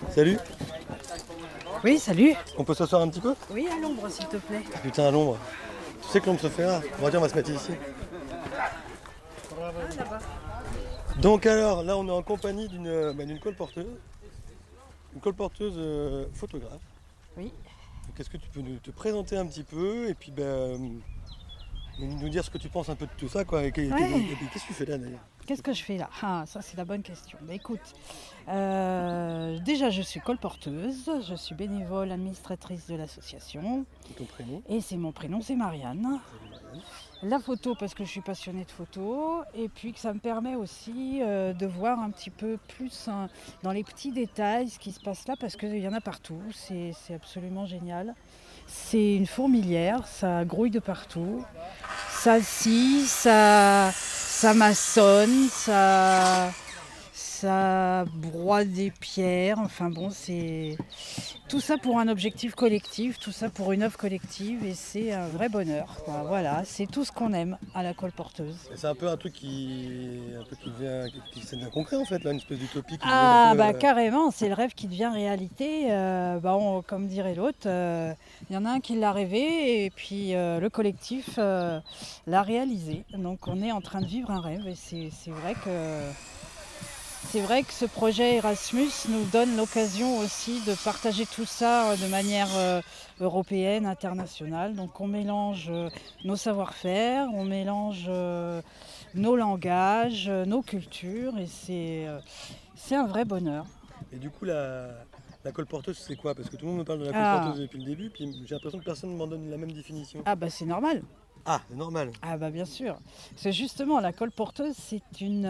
Salut, Oui, salut. on peut s'asseoir un petit peu? Oui, à l'ombre, s'il te plaît. Putain, à l'ombre. Tu sais que l'ombre se fait rare. On va dire, on va se mettre ici. Donc alors, là on est en compagnie d'une colporteuse. Une colporteuse photographe. Oui. Donc est-ce que tu peux te présenter un petit peu et puis nous dire ce que tu penses un peu de tout ça quoi. Ouais. Et puis, qu'est-ce que tu fais là d'ailleurs? Qu'est-ce que je fais là? Ah, ça, c'est la bonne question. Bah, écoute, déjà, je suis colporteuse. Je suis bénévole administratrice de l'association. C'est ton prénom? Et c'est mon prénom, c'est Marianne. La photo, parce que je suis passionnée de photo. Et puis que ça me permet aussi de voir un petit peu plus dans les petits détails ce qui se passe là, parce qu'il y en a partout. C'est absolument génial. C'est une fourmilière, ça grouille de partout. Ça scie, ça maçonne, ça broie des pierres. Enfin bon, c'est tout ça pour un objectif collectif, tout ça pour une œuvre collective, et c'est un vrai bonheur, quoi. Voilà, c'est tout ce qu'on aime à la colporteuse. Et c'est un peu un truc qui devient concret en fait là, une espèce d'utopie qui devient Ah un peu. bah carrément, c'est le rêve qui devient réalité. Comme dirait l'autre, il y en a un qui l'a rêvé et puis le collectif l'a réalisé. Donc on est en train de vivre un rêve, et c'est vrai que ce projet Erasmus nous donne l'occasion aussi de partager tout ça de manière européenne, internationale. Donc on mélange nos savoir-faire, on mélange nos langages, nos cultures, et c'est un vrai bonheur. Et du coup la colporteuse c'est quoi? Parce que tout le monde me parle de la Ah, colporteuse depuis le début, puis j'ai l'impression que personne ne m'en donne la même définition. ah bah c'est normal. Ah, c'est normal. Ah bah bien sûr. C'est justement la colporteuse, c'est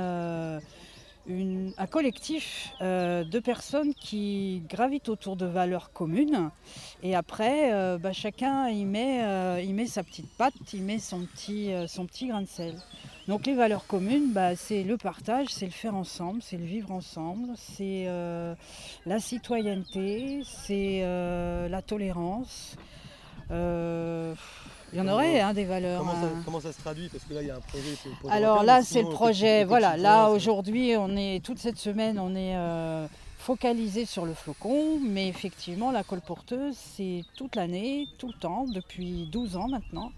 un collectif de personnes qui gravitent autour de valeurs communes, et après chacun il met sa petite patte, il met son petit grain de sel. Donc les valeurs communes, c'est le partage, c'est le faire ensemble, c'est le vivre ensemble, c'est la citoyenneté, c'est la tolérance. Euh, il y en aurait des valeurs. Comment ça se traduit? Parce que là, il y a un projet. Alors là, c'est le projet. Voilà, là aujourd'hui, toute cette semaine, on est focalisé sur le flocon. Mais effectivement, la colporteuse, c'est toute l'année, tout le temps, depuis 12 ans maintenant.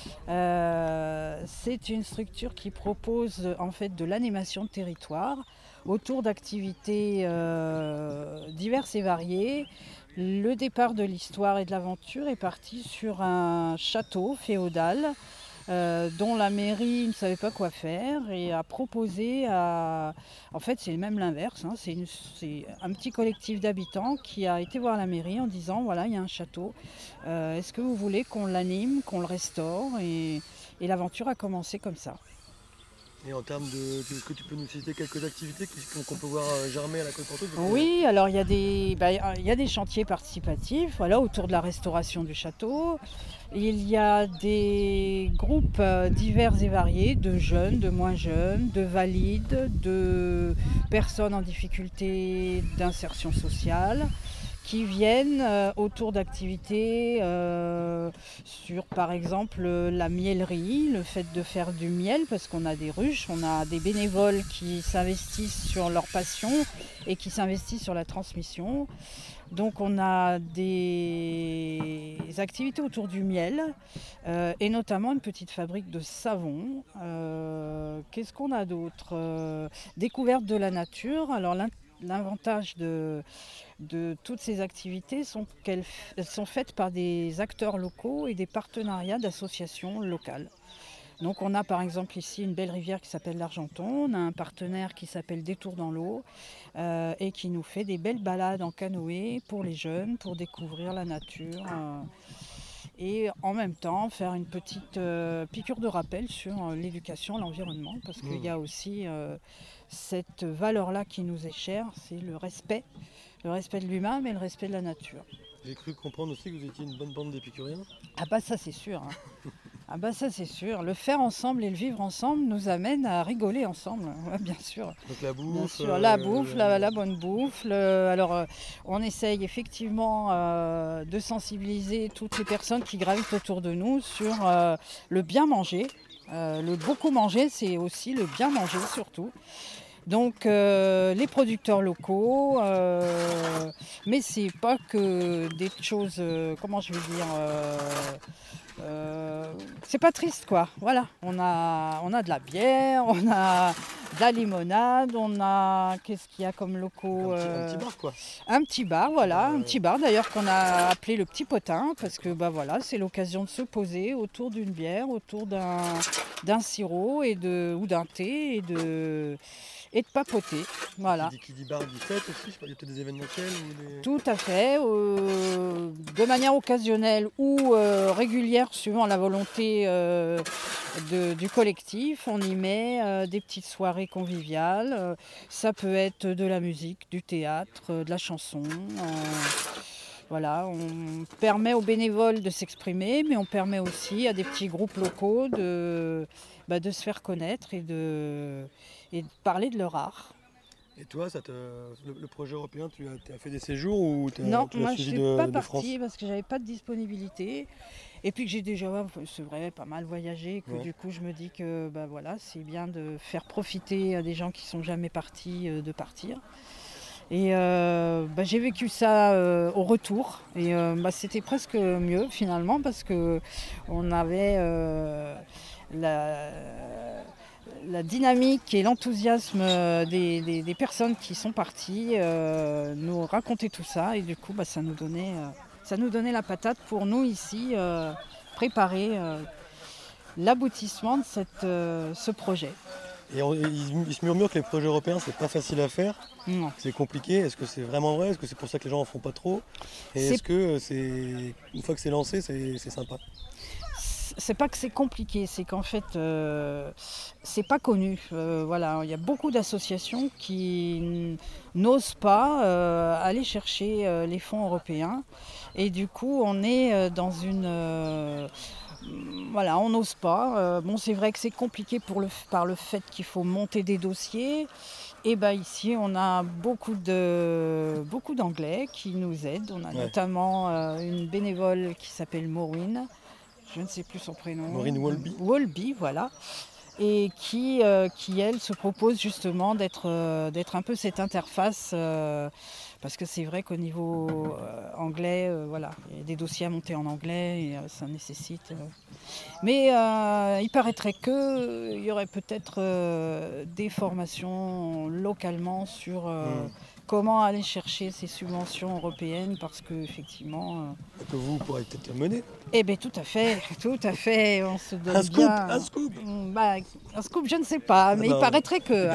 C'est une structure qui propose en fait de l'animation de territoire autour d'activités diverses et variées. Le départ de l'histoire et de l'aventure est parti sur un château féodal dont la mairie ne savait pas quoi faire, et a proposé En fait, c'est même l'inverse, hein, c'est un petit collectif d'habitants qui a été voir la mairie en disant, voilà, il y a un château, est-ce que vous voulez qu'on l'anime, qu'on le restaure, et l'aventure a commencé comme ça. Et en termes de. Est-ce que tu peux nous citer quelques activités qu'on peut voir germer à la colporteuse? Oui, alors il y a des chantiers participatifs, voilà, autour de la restauration du château. Il y a des groupes divers et variés, de jeunes, de moins jeunes, de valides, de personnes en difficulté d'insertion sociale, qui viennent autour d'activités sur, par exemple, la miellerie, le fait de faire du miel, parce qu'on a des ruches, on a des bénévoles qui s'investissent sur leur passion et qui s'investissent sur la transmission. Donc on a des activités autour du miel et notamment une petite fabrique de savon. Qu'est-ce qu'on a d'autre? Découverte de la nature. Alors l'avantage de toutes ces activités sont qu'elles sont faites par des acteurs locaux et des partenariats d'associations locales. Donc on a par exemple ici une belle rivière qui s'appelle l'Argenton, on a un partenaire qui s'appelle Détour dans l'eau et qui nous fait des belles balades en canoë pour les jeunes, pour découvrir la nature et en même temps faire une petite piqûre de rappel sur l'éducation, l'environnement, parce qu'il y a aussi cette valeur-là qui nous est chère, c'est le respect de l'humain, mais le respect de la nature. J'ai cru comprendre aussi que vous étiez une bonne bande d'épicuriens. Ah bah ça c'est sûr, hein. Ah bah ça c'est sûr, le faire ensemble et le vivre ensemble nous amène à rigoler ensemble, ouais, bien sûr. Donc la bouffe. Bien sûr, la bouffe, la bonne bouffe. On essaye effectivement de sensibiliser toutes les personnes qui gravitent autour de nous sur le bien manger. Le beaucoup manger, c'est aussi le bien manger surtout. Donc les producteurs locaux, Mais c'est pas que des choses, comment je vais dire, c'est pas triste quoi. Voilà, on a de la bière, on a de la limonade, on a qu'est-ce qu'il y a comme locaux Un petit bar, quoi. Un petit bar, voilà, un petit bar d'ailleurs qu'on a appelé le Petit Potin parce que bah voilà, c'est l'occasion de se poser autour d'une bière, autour d'un sirop ou d'un thé et de papoter. Voilà. Qui dit bar dit fête aussi, je sais pas, il y a peut-être des événementiels ou des... Tout à fait, de manière occasionnelle ou régulière suivant la volonté du collectif. On y met des petites soirées conviviales. Ça peut être de la musique, du théâtre, de la chanson. Voilà, on permet aux bénévoles de s'exprimer, mais on permet aussi à des petits groupes locaux de se faire connaître et de parler de leur art. Et toi, le projet européen, tu as fait des séjours ou Non, tu l'as moi je suivi suis pas de France? partie parce que j'avais pas de disponibilité et puis que j'ai déjà, c'est vrai, pas mal voyagé. Que Ouais. du coup, je me dis que voilà, c'est bien de faire profiter à des gens qui sont jamais partis de partir. Et j'ai vécu ça au retour et c'était presque mieux finalement parce que on avait la dynamique et l'enthousiasme des personnes qui sont parties nous raconter tout ça et du coup ça nous donnait la patate pour nous ici préparer l'aboutissement de ce projet. Et il se murmure que les projets européens, c'est pas facile à faire, Non. c'est compliqué. Est-ce que c'est vraiment vrai? Est-ce que c'est pour ça que les gens en font pas trop? Et est-ce que une fois que c'est lancé, c'est sympa? C'est pas que c'est compliqué, c'est qu'en fait, c'est pas connu. Voilà, il y a beaucoup d'associations qui n'osent pas aller chercher les fonds européens. Et du coup, on est dans une... voilà, on n'ose pas. Bon, c'est vrai que c'est compliqué par le fait qu'il faut monter des dossiers. Et ici, on a beaucoup d'anglais qui nous aident. On a notamment une bénévole qui s'appelle Maureen. Je ne sais plus son prénom. Maureen Wolby. Wolby, voilà. Et qui elle, se propose justement d'être un peu cette interface. Parce que c'est vrai qu'au niveau anglais, voilà, il y a des dossiers à monter en anglais et ça nécessite. Mais il paraîtrait qu'il y aurait peut-être des formations localement sur comment aller chercher ces subventions européennes parce qu'effectivement... que vous pourrez peut-être mener. Eh bien tout à fait, on se donne Un scoop, bien... un scoop. Un scoop, je ne sais pas, mais Non, il paraîtrait que...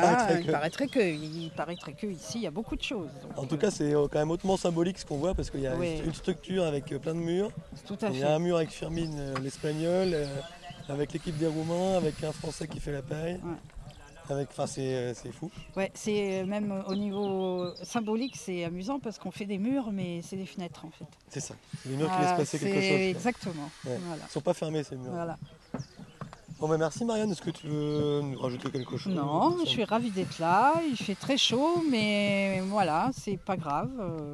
il paraîtrait que. Ici, il y a beaucoup de choses. Donc, En tout cas, c'est quand même hautement symbolique ce qu'on voit parce qu'il y a une structure avec plein de murs. Tout à fait. Il y a un mur avec Firmin, l'Espagnol, avec l'équipe des Roumains, avec un Français qui fait la paille. Ouais. C'est fou. Ouais, c'est même au niveau symbolique, c'est amusant parce qu'on fait des murs, mais c'est des fenêtres en fait. C'est ça, c'est des murs qui laissent passer quelque chose. Exactement. Ouais. Voilà. Ils ne sont pas fermés ces murs. Voilà. Bon merci Marianne, est-ce que tu veux nous rajouter quelque chose? Non, je suis ravie d'être là, il fait très chaud, mais voilà, c'est pas grave.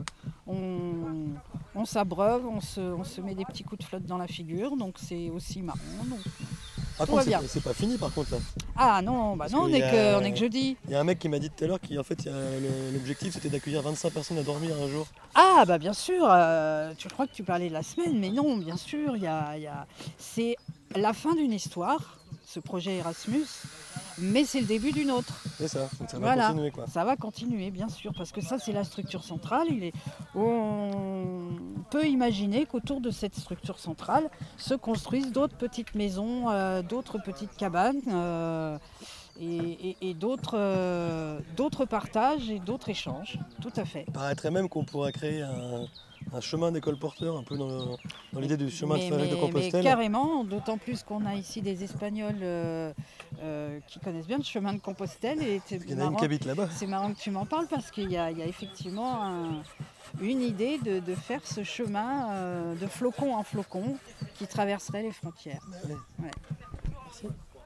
On s'abreuve, on se met des petits coups de flotte dans la figure, donc c'est aussi marrant. Donc... Attends, c'est pas fini par contre là. Ah non, non, on est que jeudi. Il y a un mec qui m'a dit tout à l'heure qu'en fait l'objectif c'était d'accueillir 25 personnes à dormir un jour. Ah bien sûr, tu crois que tu parlais de la semaine, mais non, bien sûr, c'est la fin d'une histoire, ce projet Erasmus, mais c'est le début d'une autre. C'est ça, donc ça va continuer quoi. Ça va continuer bien sûr, parce que ça c'est la structure centrale. On peut imaginer qu'autour de cette structure centrale se construisent d'autres petites maisons, d'autres petites cabanes et d'autres partages et d'autres échanges, tout à fait. Il paraîtrait même qu'on pourrait créer un chemin des colporteurs, un peu dans l'idée du chemin de Compostelle. Mais carrément, d'autant plus qu'on a ici des Espagnols qui connaissent bien le chemin de Compostelle. Il y en a une qui habite là-bas. C'est marrant que tu m'en parles parce qu'il y a effectivement une idée de faire ce chemin de flocon en flocon qui traverserait les frontières. Allez. Ouais. Merci.